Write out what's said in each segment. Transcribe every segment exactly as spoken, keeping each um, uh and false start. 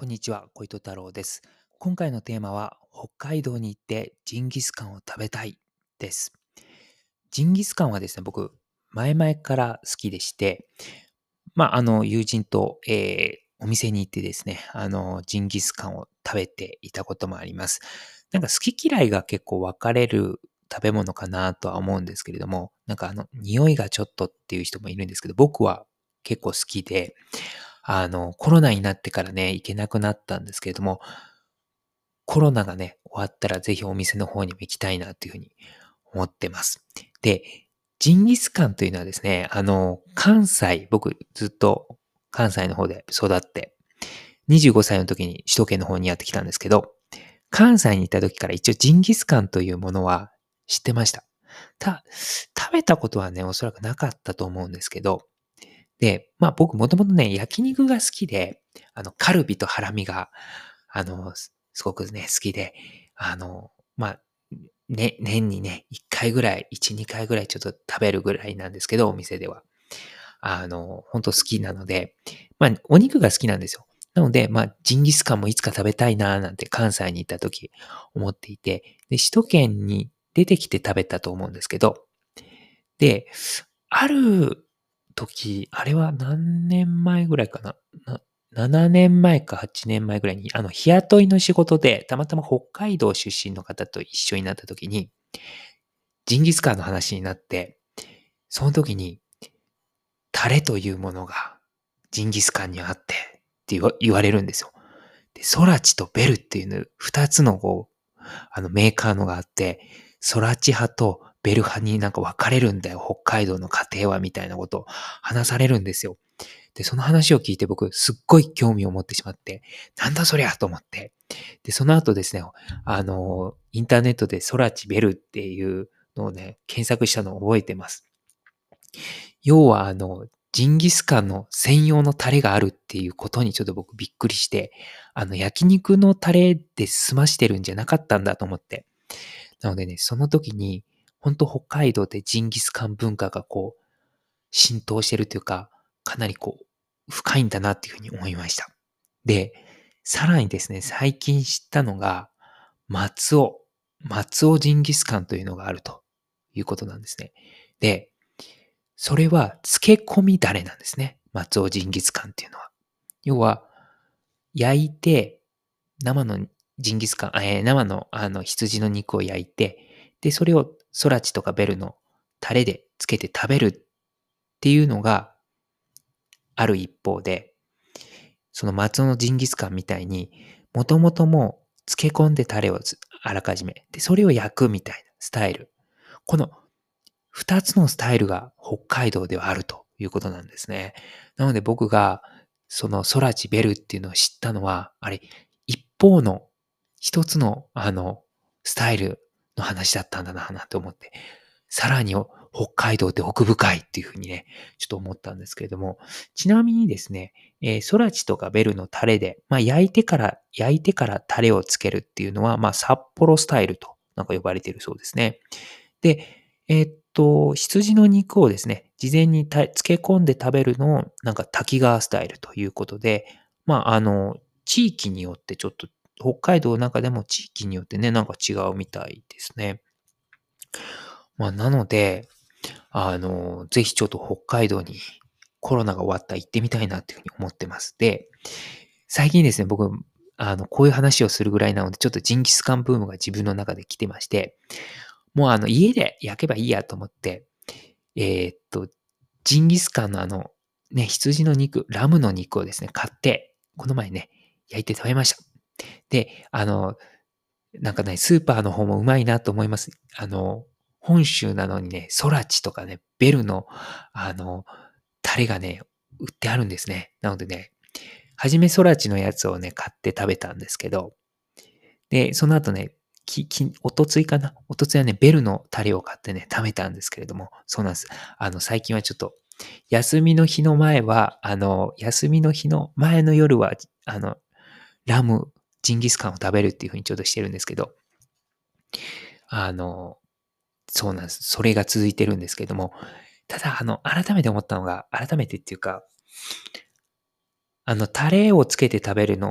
こんにちは、小糸太郎です。今回のテーマは、北海道に行ってジンギスカンを食べたいです。ジンギスカンはですね、僕、前々から好きでして、まあ、あの、友人と、えーお店に行ってですね、あの、ジンギスカンを食べていたこともあります。なんか好き嫌いが結構分かれる食べ物かなとは思うんですけれども、なんかあの、匂いがちょっとっていう人もいるんですけど、僕は結構好きで、あの、コロナになってからね、行けなくなったんですけれども、コロナがね、終わったらぜひお店の方にも行きたいなというふうに思ってます。で、ジンギスカンというのはですね、あの、関西、僕ずっと関西の方で育って、にじゅうごさいの時に首都圏の方にやってきたんですけど、関西に行った時から一応ジンギスカンというものは知ってました。た、食べたことはね、おそらくなかったと思うんですけど、で、まあ僕もともとね、焼肉が好きで、あの、カルビとハラミが、あの、すすごくね、好きで、あの、まあ、ね、年にね、いっかいぐらい、いち、にかいぐらいちょっと食べるぐらいなんですけど、お店では。あの、本当好きなので、まあ、お肉が好きなんですよ。なので、まあ、ジンギスカンもいつか食べたいなーなんて関西に行った時思っていて、で、首都圏に出てきて食べたと思うんですけど、で、ある時、あれは何年前ぐらいかな。なななねんまえかはちねんまえぐらいに、あの、日雇いの仕事で、たまたま北海道出身の方と一緒になった時に、ジンギスカンの話になって、その時に、タレというものがジンギスカンにはあって、って言わ言われるんですよ。で、ソラチとベルっていうの、二つのこう、あのメーカーのがあって、ソラチ派とベル派になんか分かれるんだよ、北海道の家庭は、みたいなことを話されるんですよ。で、その話を聞いて僕、すっごい興味を持ってしまって、なんだそりゃと思って。で、その後ですね、あの、インターネットでソラチベルっていうのをね、検索したのを覚えてます。要は、あの、ジンギスカンの専用のタレがあるっていうことにちょっと僕びっくりして、あの、焼肉のタレで済ましてるんじゃなかったんだと思って。なのでね、その時に、本当北海道でジンギスカン文化がこう、浸透してるというか、かなりこう、深いんだなっていうふうに思いました。で、さらにですね、最近知ったのが、松尾、松尾ジンギスカンというのがあるということなんですね。で、それは漬け込みダレなんですね。松尾ジンギスカンっていうのは。要は、焼いて、生のジンギスカン、えー生のあの羊の肉を焼いて、で、それをソラチとかベルのタレでつけて食べるっていうのがある一方で、その松尾のジンギスカンみたいに、もともともう漬け込んでタレをつあらかじめ、で、それを焼くみたいなスタイル。この二つのスタイルが北海道ではあるということなんですね。なので僕がそのソラチベルっていうのを知ったのは、あれ、一方の一つのあのスタイルの話だったんだななんて思って、さらに北海道って奥深いっていうふうにね、ちょっと思ったんですけれども、ちなみにですね、えーソラチとかベルのタレで、まあ焼いてから、焼いてからタレをつけるっていうのは、まあ札幌スタイルとなんか呼ばれているそうですね。で、えーっと、羊の肉をですね、事前にた漬け込んで食べるのを、なんか滝川スタイルということで、まあ、あの、地域によってちょっと、北海道の中でも地域によってね、なんか違うみたいですね。まあ、なので、あの、ぜひちょっと北海道にコロナが終わったら行ってみたいなっていうふうに思ってます。で、最近ですね、僕、あの、こういう話をするぐらいなので、ちょっとジンギスカンブームが自分の中で来てまして、もうあの、家で焼けばいいやと思って、えーっと、ジンギスカンのあの、ね、羊の肉、ラムの肉をですね、買って、この前ね、焼いて食べました。で、あの、なんかね、スーパーの方もうまいなと思います。あの、本州なのにね、ソラチとかね、ベルの、あの、タレがね、売ってあるんですね。なのでね、はじめソラチのやつをね、買って食べたんですけど、で、その後ね、き、き、おとついかなおとついはね、ベルのタレを買ってね、食べたんですけれども、そうなんです。あの、最近はちょっと、休みの日の前は、あの、休みの日の前の夜は、あの、ラム、ジンギスカンを食べるっていう風にちょっとしてるんですけど、あの、そうなんです。それが続いてるんですけども、ただ、あの、改めて思ったのが、改めてっていうか、あの、タレをつけて食べるのは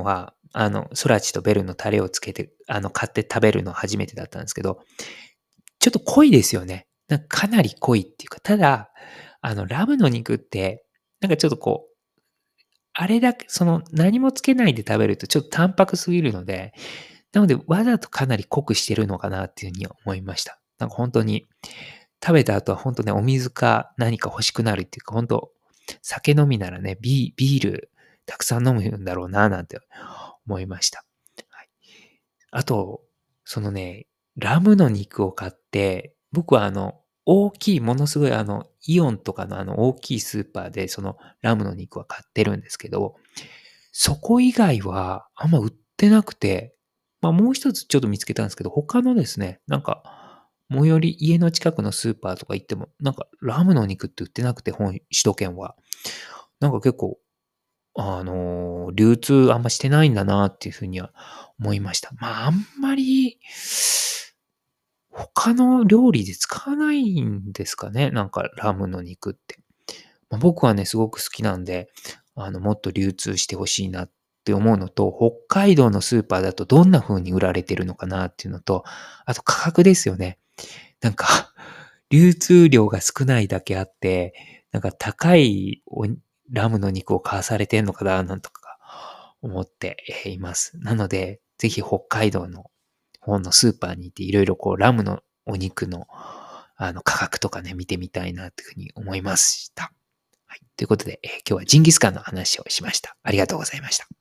あの、ソラチとベルのタレをつけて、あの、買って食べるの初めてだったんですけど、ちょっと濃いですよね。なんかかなり濃いっていうか、ただ、あの、ラムの肉って、なんかちょっとこう、あれだけ、その、何もつけないで食べるとちょっと淡白すぎるので、なので、わざとかなり濃くしてるのかなっていうふうに思いました。なんか本当に、食べた後は本当ね、お水か何か欲しくなるっていうか、本当酒飲みならね、ビビールたくさん飲むんだろうななんて思いました。はい。あと、そのね、ラムの肉を買って、僕はあの、大きい、ものすごいあの、イオンとかのあの大きいスーパーでそのラムの肉は買ってるんですけど、そこ以外はあんま売ってなくて、まあ、もう一つちょっと見つけたんですけど、他のですね、なんか、最寄り家の近くのスーパーとか行っても、なんかラムの肉って売ってなくて、本首都圏は。なんか結構、あの、流通あんましてないんだなっていう風には思いました。まあ、あんまり、他の料理で使わないんですかね、なんかラムの肉って。ま、僕はね、すごく好きなんで、あの、もっと流通して欲しいなって思うのと、北海道のスーパーだとどんな風に売られてるのかなっていうのと、あと価格ですよね。なんか、流通量が少ないだけあって、なんか高いおラムの肉を買わされてんのかななんとか思っています。なので、ぜひ北海道の方のスーパーに行っていろいろこうラムのお肉のあの価格とかね、見てみたいなっていうふうに思いました。はい。ということで、えー今日はジンギスカンの話をしました。ありがとうございました。